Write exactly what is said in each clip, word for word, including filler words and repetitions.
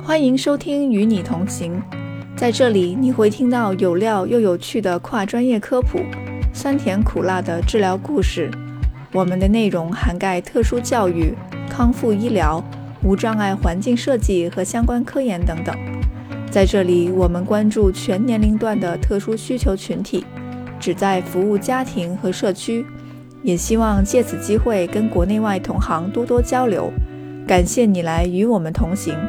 欢迎收听与你同行，在这里你会听到有料又有趣的跨专业科普，酸甜苦辣的治疗故事。我们的内容涵盖特殊教育、康复医疗、无障碍环境设计和相关科研等等。在这里，我们关注全年龄段的特殊需求群体，旨在服务家庭和社区，也希望借此机会跟国内外同行多多交流。感谢你来与我们同行。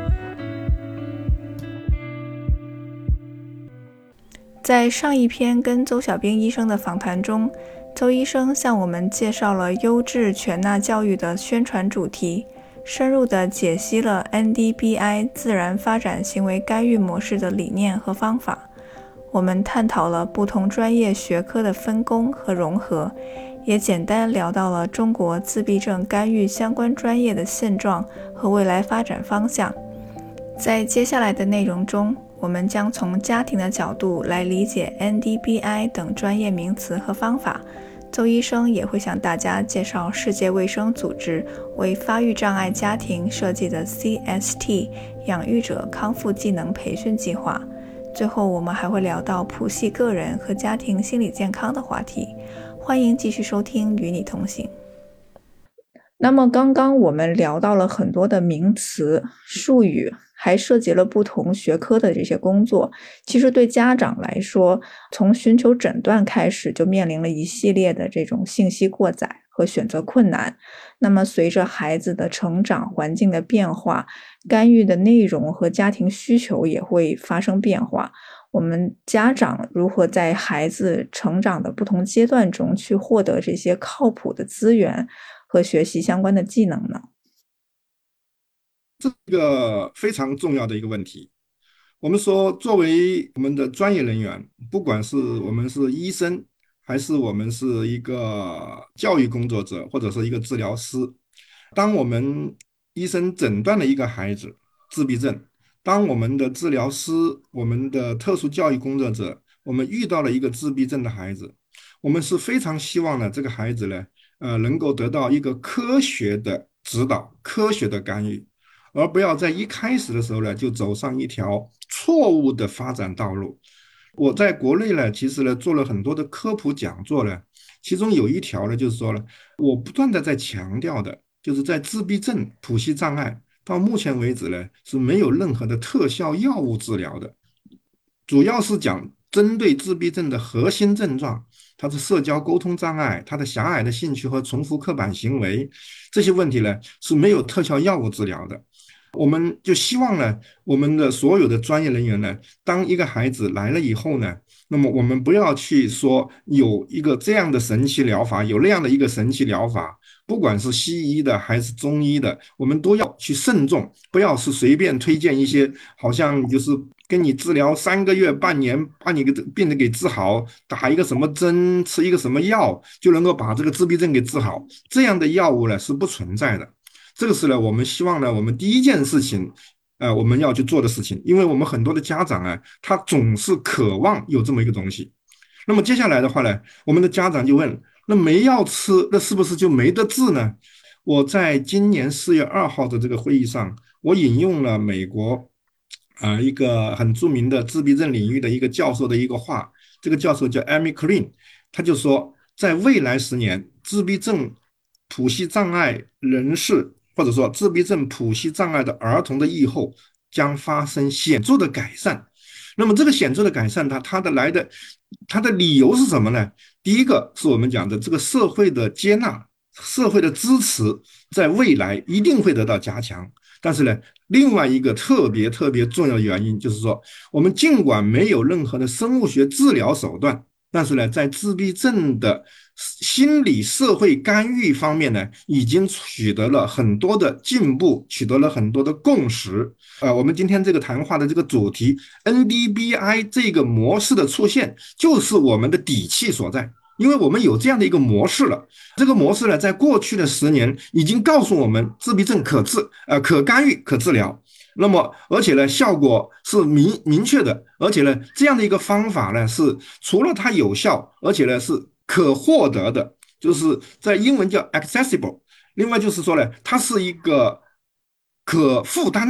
在上一篇跟邹小兵医生的访谈中，邹医生向我们介绍了优质全纳教育的宣传主题，深入地解析了 N D B I 自然发展行为干预模式的理念和方法。我们探讨了不同专业学科的分工和融合，也简单聊到了中国自闭症干预相关专业的现状和未来发展方向。在接下来的内容中，我们将从家庭的角度来理解 N D B I 等专业名词和方法。邹医生也会向大家介绍世界卫生组织为发育障碍家庭设计的 C S T 养育者康复技能培训计划。最后我们还会聊到谱系个人和家庭心理健康的话题。欢迎继续收听与你同行。那么刚刚我们聊到了很多的名词术语，还涉及了不同学科的这些工作。其实对家长来说，从寻求诊断开始就面临了一系列的这种信息过载和选择困难。那么随着孩子的成长环境的变化，干预的内容和家庭需求也会发生变化。我们家长如何在孩子成长的不同阶段中去获得这些靠谱的资源和学习相关的技能呢？ 这个非常重要的一个问题。我们说，作为我们的专业人员，不管是我们是医生，还是我们是一个教育工作者，或者是一个治疗师，当我们医生诊断了一个孩子自闭症，当我们的治疗师、我们的特殊教育工作者，我们遇到了一个自闭症的孩子，我们是非常希望呢，这个孩子呢，呃，能够得到一个科学的指导、科学的干预。而不要在一开始的时候呢，就走上一条错误的发展道路。我在国内呢，其实呢做了很多的科普讲座呢，其中有一条呢，就是说呢，我不断的在强调的，就是在自闭症谱系障碍到目前为止呢是没有任何的特效药物治疗的，主要是讲针对自闭症的核心症状，它是社交沟通障碍，它的狭隘的兴趣和重复刻板行为这些问题呢是没有特效药物治疗的。我们就希望呢，我们的所有的专业人员呢，当一个孩子来了以后呢，那么我们不要去说有一个这样的神奇疗法，有那样的一个神奇疗法，不管是西医的还是中医的，我们都要去慎重，不要是随便推荐一些好像就是跟你治疗三个月、半年，把你个病人给治好，打一个什么针，吃一个什么药，就能够把这个自闭症给治好，这样的药物呢是不存在的。这个是呢，我们希望呢，我们第一件事情，呃，我们要去做的事情，因为我们很多的家长啊，他总是渴望有这么一个东西。那么接下来的话呢，我们的家长就问：那没药吃，那是不是就没得治呢？我在今年四月二号的这个会议上，我引用了美国啊、呃、一个很著名的自闭症领域的一个教授的一个话，这个教授叫 Amy Clean，他就说，在未来十年，自闭症谱系障碍人士或者说自闭症谱系障碍的儿童的预后将发生显著的改善。那么这个显著的改善它，它的来的它的理由是什么呢？第一个是我们讲的这个社会的接纳、社会的支持，在未来一定会得到加强。但是呢，另外一个特别特别重要的原因就是说，我们尽管没有任何的生物学治疗手段，但是呢，在自闭症的心理社会干预方面呢，已经取得了很多的进步，取得了很多的共识。呃，我们今天这个谈话的这个主题 N D B I 这个模式的出现，就是我们的底气所在。因为我们有这样的一个模式了，这个模式呢，在过去的十年已经告诉我们，自闭症可治、呃可干预、可治疗。那么，而且呢，效果是明明确的，而且呢，这样的一个方法呢，是除了它有效，而且呢是可获得的，就是在英文叫 accessible。另外就是说呢，它是一个可负担的，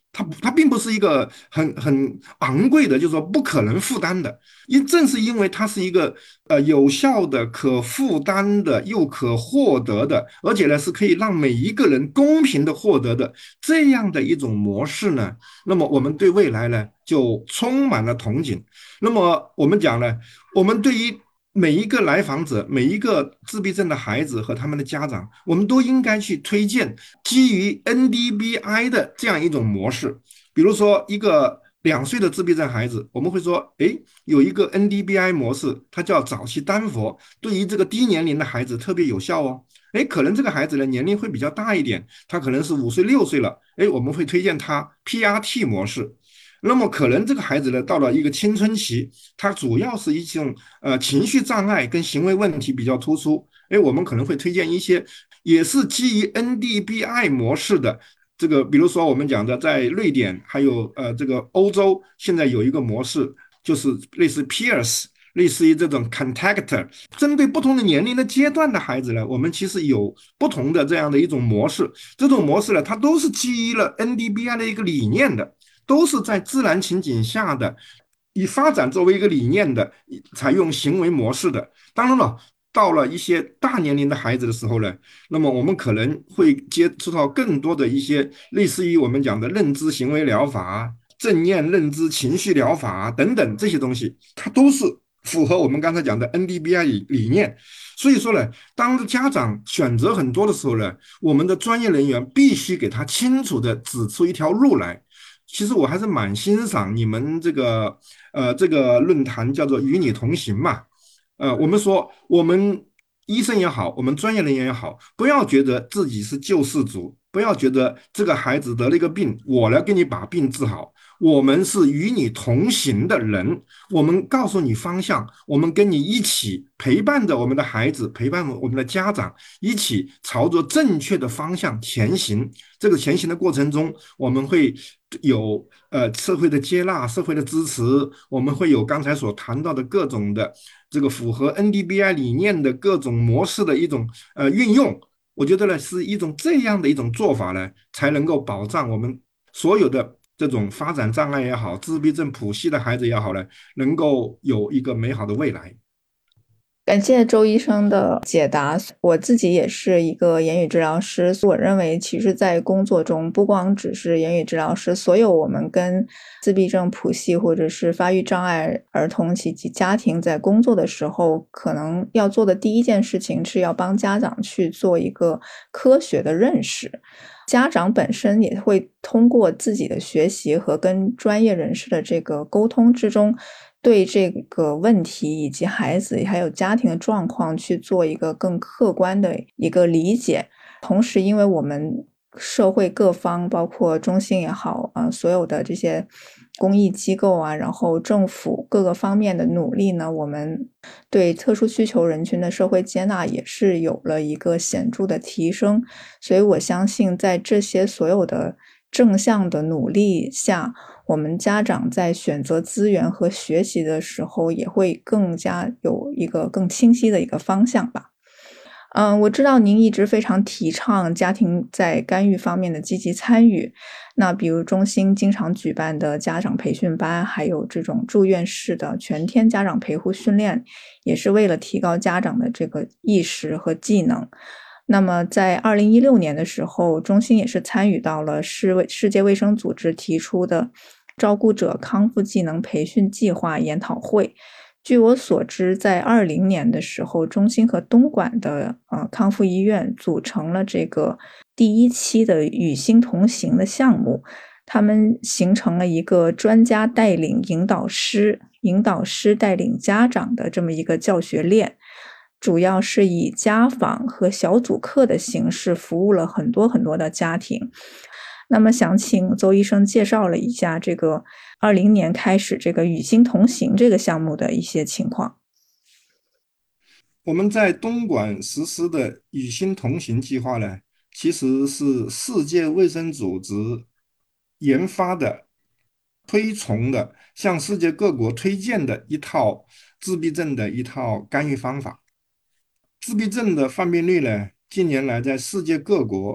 它不它并不是一个很很昂贵的，就是说不可能负担的。因正是因为它是一个呃有效的、可负担的、又可获得的，而且呢是可以让每一个人公平的获得的这样的一种模式呢，那么我们对未来呢就充满了憧憬。那么我们讲呢，我们对于每一个来访者、每一个自闭症的孩子和他们的家长，我们都应该去推荐基于 N D B I 的这样一种模式。比如说，一个两岁的自闭症孩子，我们会说，哎，有一个 N D B I 模式，它叫早期丹佛，对于这个低年龄的孩子特别有效哦。哎，可能这个孩子的年龄会比较大一点，他可能是五岁、六岁了，哎，我们会推荐他 P R T 模式。那么可能这个孩子呢，到了一个青春期，他主要是一种呃情绪障碍跟行为问题比较突出，哎，我们可能会推荐一些也是基于 N D B I 模式的。这个，比如说我们讲的，在瑞典还有呃这个欧洲，现在有一个模式，就是类似 Peers，类似于这种 Contactor，针对不同的年龄的阶段的孩子呢，我们其实有不同的这样的一种模式。这种模式呢，它都是基于了 N D B I 的一个理念的。都是在自然情景下的，以发展作为一个理念的，采用行为模式的。当然了，到了一些大年龄的孩子的时候呢，那么我们可能会接触到更多的一些类似于我们讲的认知行为疗法、正念认知情绪疗法等等这些东西，它都是符合我们刚才讲的 N D B I 理理念。所以说呢，当家长选择很多的时候呢，我们的专业人员必须给他清楚的指出一条路来。其实我还是蛮欣赏你们这个呃这个论坛叫做"与你同行"嘛。呃，我们说我们医生也好，我们专业人员也好，不要觉得自己是救世主，不要觉得这个孩子得了一个病，我来给你把病治好。我们是与你同行的人，我们告诉你方向，我们跟你一起陪伴着我们的孩子，陪伴我们的家长，一起朝着正确的方向前行。这个前行的过程中，我们会有呃社会的接纳、社会的支持，我们会有刚才所谈到的各种的这个符合 N D B I 理念的各种模式的一种呃运用。我觉得呢，是一种这样的一种做法呢，才能够保障我们所有的这种发展障碍也好、自闭症谱系的孩子也好呢，能够有一个美好的未来。 感谢周医生的解答。我自己也是一个言语治疗师，我认为其实在工作中，不光只是言语治疗师，所有我们跟自闭症谱系或者是发育障碍儿童以及家庭在工作的时候，可能要做的第一件事情是要帮家长去做一个科学的认识。家长本身也会通过自己的学习和跟专业人士的这个沟通之中，对这个问题以及孩子还有家庭的状况去做一个更客观的一个理解。同时，因为我们社会各方，包括中心也好，呃，所有的这些公益机构啊，然后政府各个方面的努力呢，我们对特殊需求人群的社会接纳也是有了一个显著的提升。所以我相信，在这些所有的正向的努力下，我们家长在选择资源和学习的时候，也会更加有一个更清晰的一个方向吧。嗯，我知道您一直非常提倡家庭在干预方面的积极参与。那比如中心经常举办的家长培训班，还有这种住院式的全天家长陪护训练，也是为了提高家长的这个意识和技能。那么在二零一六年的时候，中心也是参与到了世世界卫生组织提出的照顾者康复技能培训计划研讨会。据我所知，在二零年的时候，中心和东莞的呃康复医院组成了这个第一期的与心同行的项目，他们形成了一个专家带领引导师、引导师带领家长的这么一个教学链，主要是以家访和小组课的形式服务了很多很多的家庭。那么想请邹医生介绍了一下这个二零年开始这个与心同行这个项目的一些情况。 我们在东莞实施的与心同行计划呢，其实是世界卫生组织研发的、推崇的，向世界各国推荐的一套自闭症的一套干预方法。自闭症的犯病率呢，近年来在世界各国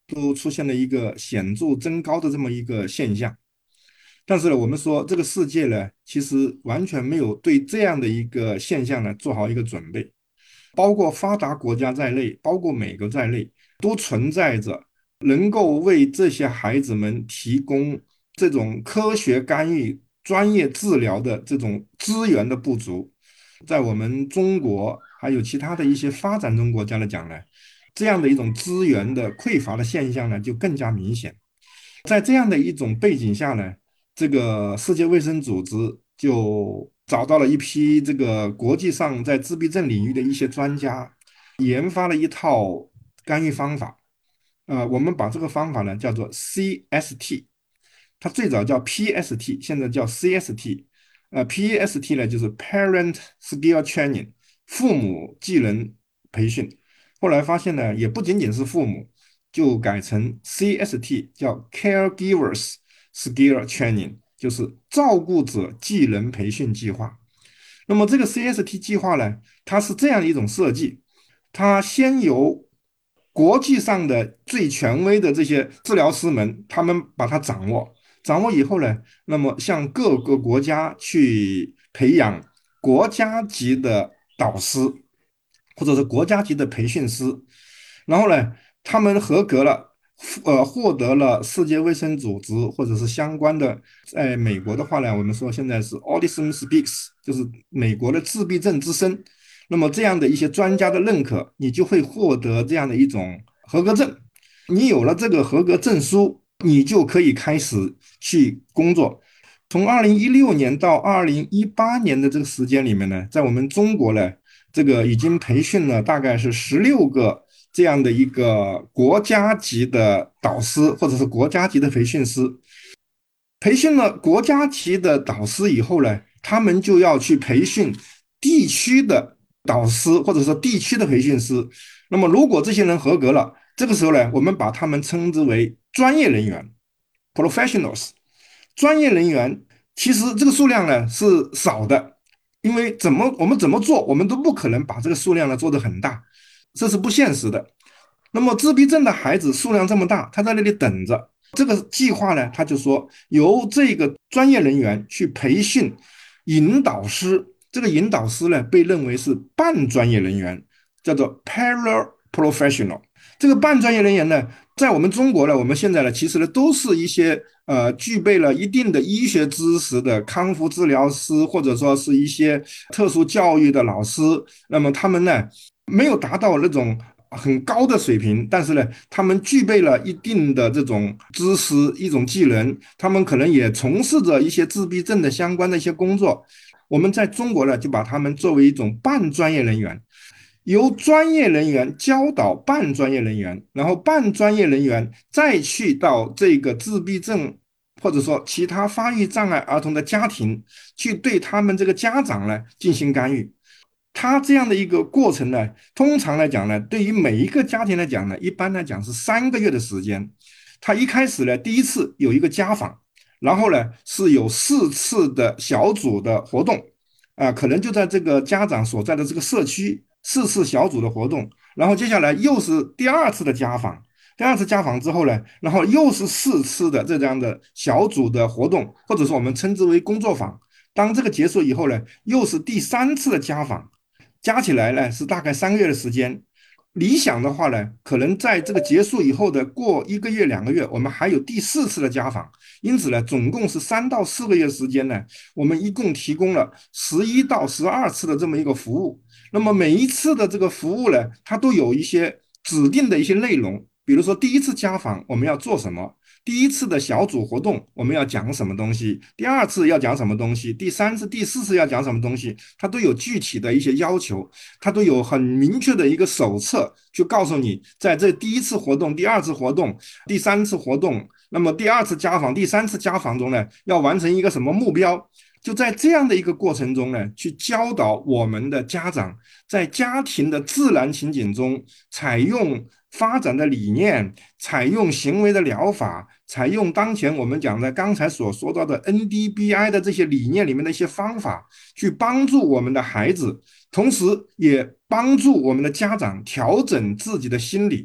都出现了一个显著增高的这么一个现象。但是呢，我们说这个世界呢，其实完全没有对这样的一个现象呢做好一个准备，包括发达国家在内，包括美国在内，都存在着能够为这些孩子们提供这种科学干预、专业治疗的这种资源的不足。在我们中国还有其他的一些发展中国家来讲呢，这样的一种资源的匮乏的现象呢就更加明显。在这样的一种背景下呢，这个世界卫生组织就找到了一批这个国际上在自闭症领域的一些专家，研发了一套干预方法。呃，我们把这个方法呢叫做 C S T，它最早叫 P S T，现在叫 C S T。呃，P S T 呢就是 Parent Skill Training，父母技能培训。后来发现呢，也不仅仅是父母，就改成 C S T，叫 Caregivers Skill Training，就是照顾者技能培训计划。那么这个 C S T 计划呢，它是这样的一种设计，它先由国际上的最权威的这些治疗师们，他们把它掌握，掌握以后呢，那么向各个国家去培养国家级的导师，或者是国家级的培训师，然后呢，他们合格了，呃，获得了世界卫生组织或者是相关的，在美国的话呢，我们说现在是 Autism Speaks，就是美国的自闭症之声。那么这样的一些专家的认可，你就会获得这样的一种合格证。你有了这个合格证书，你就可以开始去工作。从二零一六年到二零一八年的这个时间里面呢，在我们中国呢，这个已经培训了大概是十六个这样的一个国家级的导师或者是国家级的培训师。培训了国家级的导师以后呢，他们就要去培训地区的导师或者说地区的培训师。那么如果这些人合格了，这个时候呢，我们把他们称之为专业人员 （professionals）。专业人员其实这个数量呢是少的，因为怎么我们怎么做，我们都不可能把这个数量呢做得很大，这是不现实的。那么自闭症的孩子数量这么大，他在那里等着。这个计划呢，他就说由这个专业人员去培训引导师，这个引导师呢被认为是半专业人员，叫做 paraprofessional。这个半专业人员呢，在我们中国呢，我们现在呢，其实呢都是一些呃具备了一定的医学知识的康复治疗师，或者说是一些特殊教育的老师。那么他们呢，没有达到那种很高的水平，但是呢，他们具备了一定的这种知识、一种技能，他们可能也从事着一些自闭症的相关的一些工作。我们在中国呢，就把他们作为一种半专业人员，由专业人员教导半专业人员，然后半专业人员再去到这个自闭症或者说其他发育障碍儿童的家庭，去对他们这个家长呢进行干预。他这样的一个过程呢，通常来讲呢，对于每一个家庭来讲呢，一般来讲是三个月的时间。他一开始呢，第一次有一个家访，然后呢是有四次的小组的活动，啊、呃，可能就在这个家长所在的这个社区，四次小组的活动，然后接下来又是第二次的家访。第二次家访之后呢，然后又是四次的这样的小组的活动，或者说我们称之为工作坊。当这个结束以后呢，又是第三次的家访。加起来呢是大概三个月的时间。理想的话呢，可能在这个结束以后的过一个月、两个月，我们还有第四次的家访。因此呢，总共是三到四个月时间呢，我们一共提供了十一到十二次的这么一个服务。那么每一次的这个服务呢，它都有一些指定的一些内容，比如说第一次家访我们要做什么，第一次的小组活动我们要讲什么东西，第二次要讲什么东西，第三次、第四次要讲什么东西，它都有具体的一些要求，它都有很明确的一个手册，就告诉你在这第一次活动、第二次活动、第三次活动，那么第二次家访、第三次家访中呢，要完成一个什么目标。就在这样的一个过程中呢，去教导我们的家长，在家庭的自然情景中，采用发展的理念，采用行为的疗法，采用当前我们讲的刚才所说到的 N D B I 的这些理念里面的一些方法，去帮助我们的孩子，同时也帮助我们的家长调整自己的心理，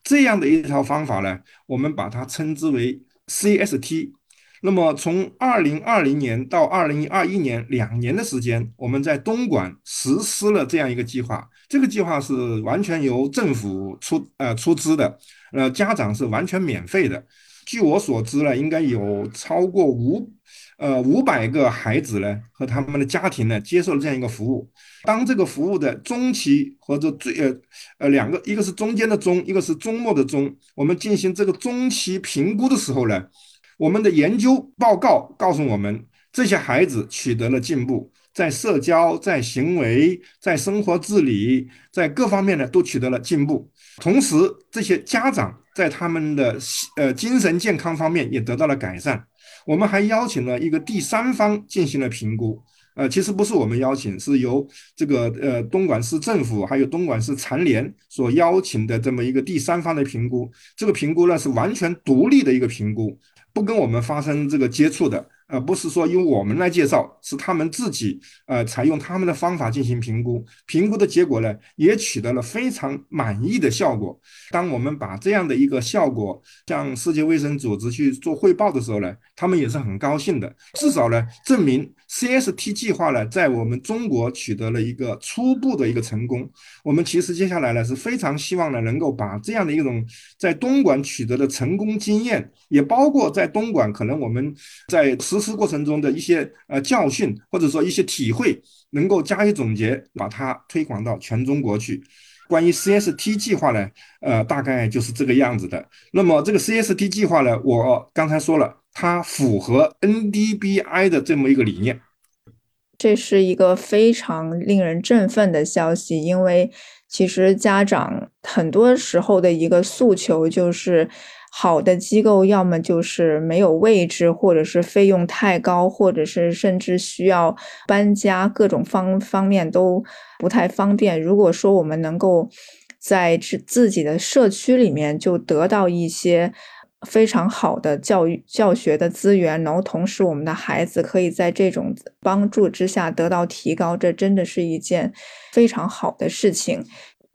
这样的一套方法呢，我们把它称之为 C S T。那么从二零二零年到二零二一年两年的时间，我们在东莞实施了这样一个计划。这个计划是完全由政府出呃出资的，呃，家长是完全免费的。据我所知呢，应该有超过五呃五百个孩子呢和他们的家庭呢接受了这样一个服务。当这个服务的中期或者最呃呃两个，一个是中间的中，一个是中末的中，我们进行这个中期评估的时候呢，我们的研究报告告诉我们，这些孩子取得了进步，在社交、在行为、在生活自理，在各方面呢都取得了进步。同时，这些家长在他们的呃精神健康方面也得到了改善。我们还邀请了一个第三方进行了评估。呃，其实不是我们邀请，是由这个呃东莞市政府还有东莞市残联所邀请的这么一个第三方的评估。这个评估呢是完全独立的一个评估，不跟我们发生这个接触的。呃，不是说由我们来介绍，是他们自己呃采用他们的方法进行评估，评估的结果呢也取得了非常满意的效果。当我们把这样的一个效果向世界卫生组织去做汇报的时候呢，他们也是很高兴的，至少呢证明 C S T 计划呢在我们中国取得了一个初步的一个成功。我们其实接下来呢是非常希望呢能够把这样的一种在东莞取得的成功经验，也包括在东莞可能我们在实施过程中的一些呃教训或者说一些体会，能够加以总结，把它推广到全中国去。关于 C S T 计划呢，呃，大概就是这个样子的。那么这个 C S T 计划呢，我刚才说了，它符合 N D B I 的这么一个理念。 这是一个非常令人振奋的消息，因为其实家长很多时候的一个诉求就是，好的机构要么就是没有位置，或者是费用太高，或者是甚至需要搬家，各种方方面都不太方便。如果说我们能够在自己的社区里面就得到一些非常好的教育教学的资源，然后同时我们的孩子可以在这种帮助之下得到提高，这真的是一件非常好的事情。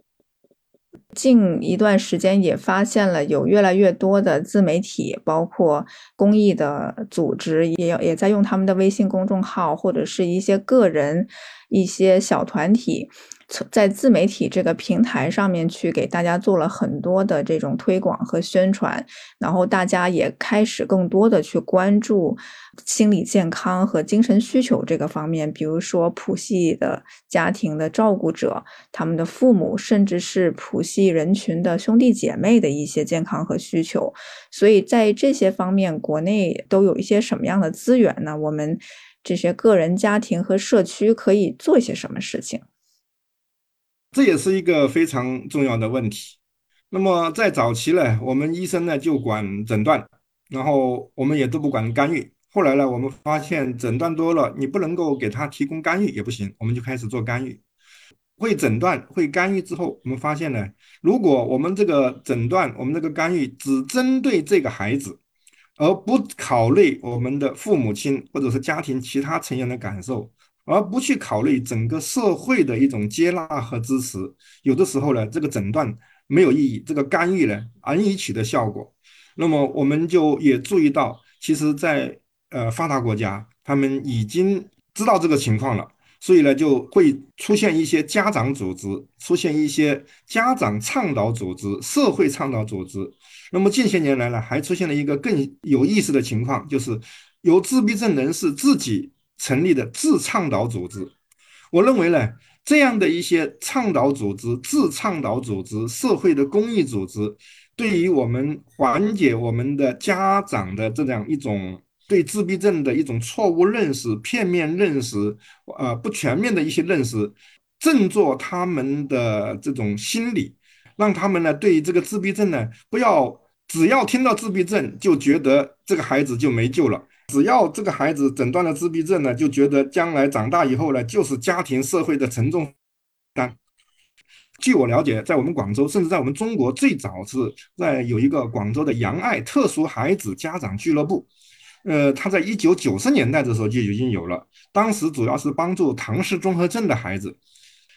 近一段时间也发现了有越来越多的自媒体，包括公益的组织，也也在用他们的微信公众号或者是一些个人、一些小团体，在自媒体这个平台上面去给大家做了很多的这种推广和宣传，然后大家也开始更多的去关注心理健康和精神需求这个方面，比如说谱系的家庭的照顾者，他们的父母，甚至是谱系人群的兄弟姐妹的一些健康和需求。所以在这些方面，国内都有一些什么样的资源呢？我们这些个人、家庭和社区可以做一些什么事情？ 这也是一个非常重要的问题。那么在早期呢，我们医生呢就管诊断，然后我们也都不管干预。后来呢，我们发现诊断多了，你不能够给他提供干预也不行，我们就开始做干预。会诊断、会干预之后，我们发现呢，如果我们这个诊断、我们这个干预只针对这个孩子，而不考虑我们的父母亲或者是家庭其他成员的感受，而不去考虑整个社会的一种接纳和支持，有的时候呢，这个诊断没有意义，这个干预呢难以取得效果。那么我们就也注意到，其实在呃发达国家，他们已经知道这个情况了。所以呢，就会出现一些家长组织，出现一些家长倡导组织、社会倡导组织。那么近些年来呢，还出现了一个更有意思的情况，就是由自闭症人士自己成立的自倡导组织。我认为呢，这样的一些倡导组织、自倡导组织、社会的公益组织，对于我们缓解我们的家长的这样一种对自闭症的一种错误认识、片面认识、呃不全面的一些认识，振作他们的这种心理，让他们呢对于这个自闭症呢，不要只要听到自闭症就觉得这个孩子就没救了。只要这个孩子诊断了自闭症呢，就觉得将来长大以后呢，就是家庭社会的沉重负担。据我了解，在我们广州，甚至在我们中国，最早是在有一个广州的杨爱特殊孩子家长俱乐部。呃，他在一九九十年代的时候就已经有了，当时主要是帮助唐氏综合症的孩子。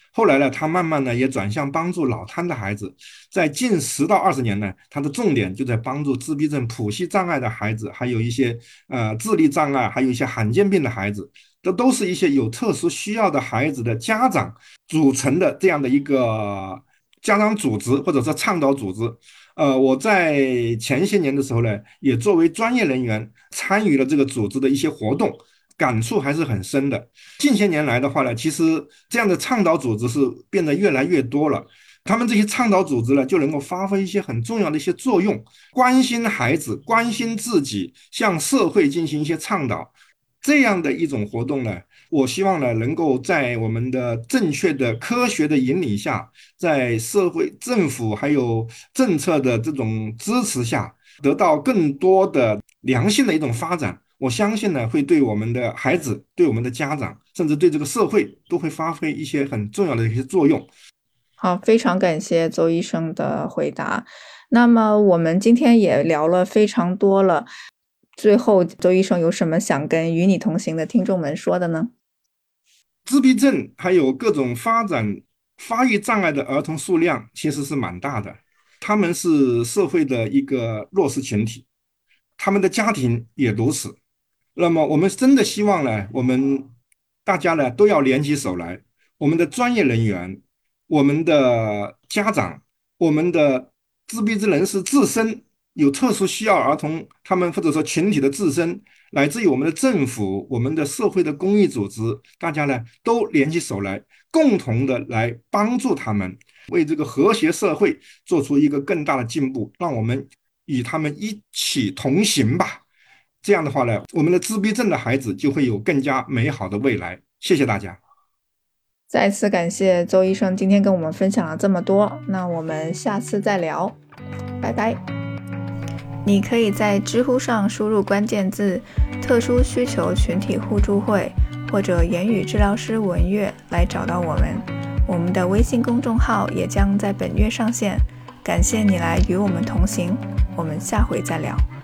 后来呢，他慢慢呢也转向帮助脑瘫的孩子，在近十到二十年呢，他的重点就在帮助自闭症谱系障碍的孩子，还有一些呃智力障碍，还有一些罕见病的孩子，这都是一些有特殊需要的孩子的家长组成的这样的一个家长组织或者说倡导组织。呃，我在前些年的时候呢，也作为专业人员参与了这个组织的一些活动，感触还是很深的。近些年来的话呢，其实这样的倡导组织是变得越来越多了。他们这些倡导组织呢，就能够发挥一些很重要的一些作用，关心孩子，关心自己，向社会进行一些倡导。这样的一种活动呢，我希望呢，能够在我们的正确的科学的引领下，在社会、政府还有政策的这种支持下，得到更多的良性的一种发展。我相信呢，会对我们的孩子、对我们的家长，甚至对这个社会，都会发挥一些很重要的一些作用。 好，非常感谢邹医生的回答。那么我们今天也聊了非常多了，最后邹医生有什么想跟与你同行的听众们说的呢？ 自闭症还有各种发展发育障碍的儿童数量其实是蛮大的，他们是社会的一个弱势群体，他们的家庭也如此。那么我们真的希望呢，我们大家呢都要联起手来，我们的专业人员、我们的家长、我们的自闭症人士自身有特殊需要儿童，他们或者说群体的自身，乃至于我们的政府、我们的社会的公益组织，大家呢都联起手来，共同的来帮助他们，为这个和谐社会做出一个更大的进步，让我们与他们一起同行吧。这样的话呢，我们的自闭症的孩子就会有更加美好的未来。谢谢大家。 再次感谢邹医生今天跟我们分享了这么多，那我们下次再聊，拜拜。你可以在知乎上输入关键字特殊需求群体互助会或者言语治疗师文月来找到我们，我们的微信公众号也将在本月上线。感谢你来与我们同行，我们下回再聊。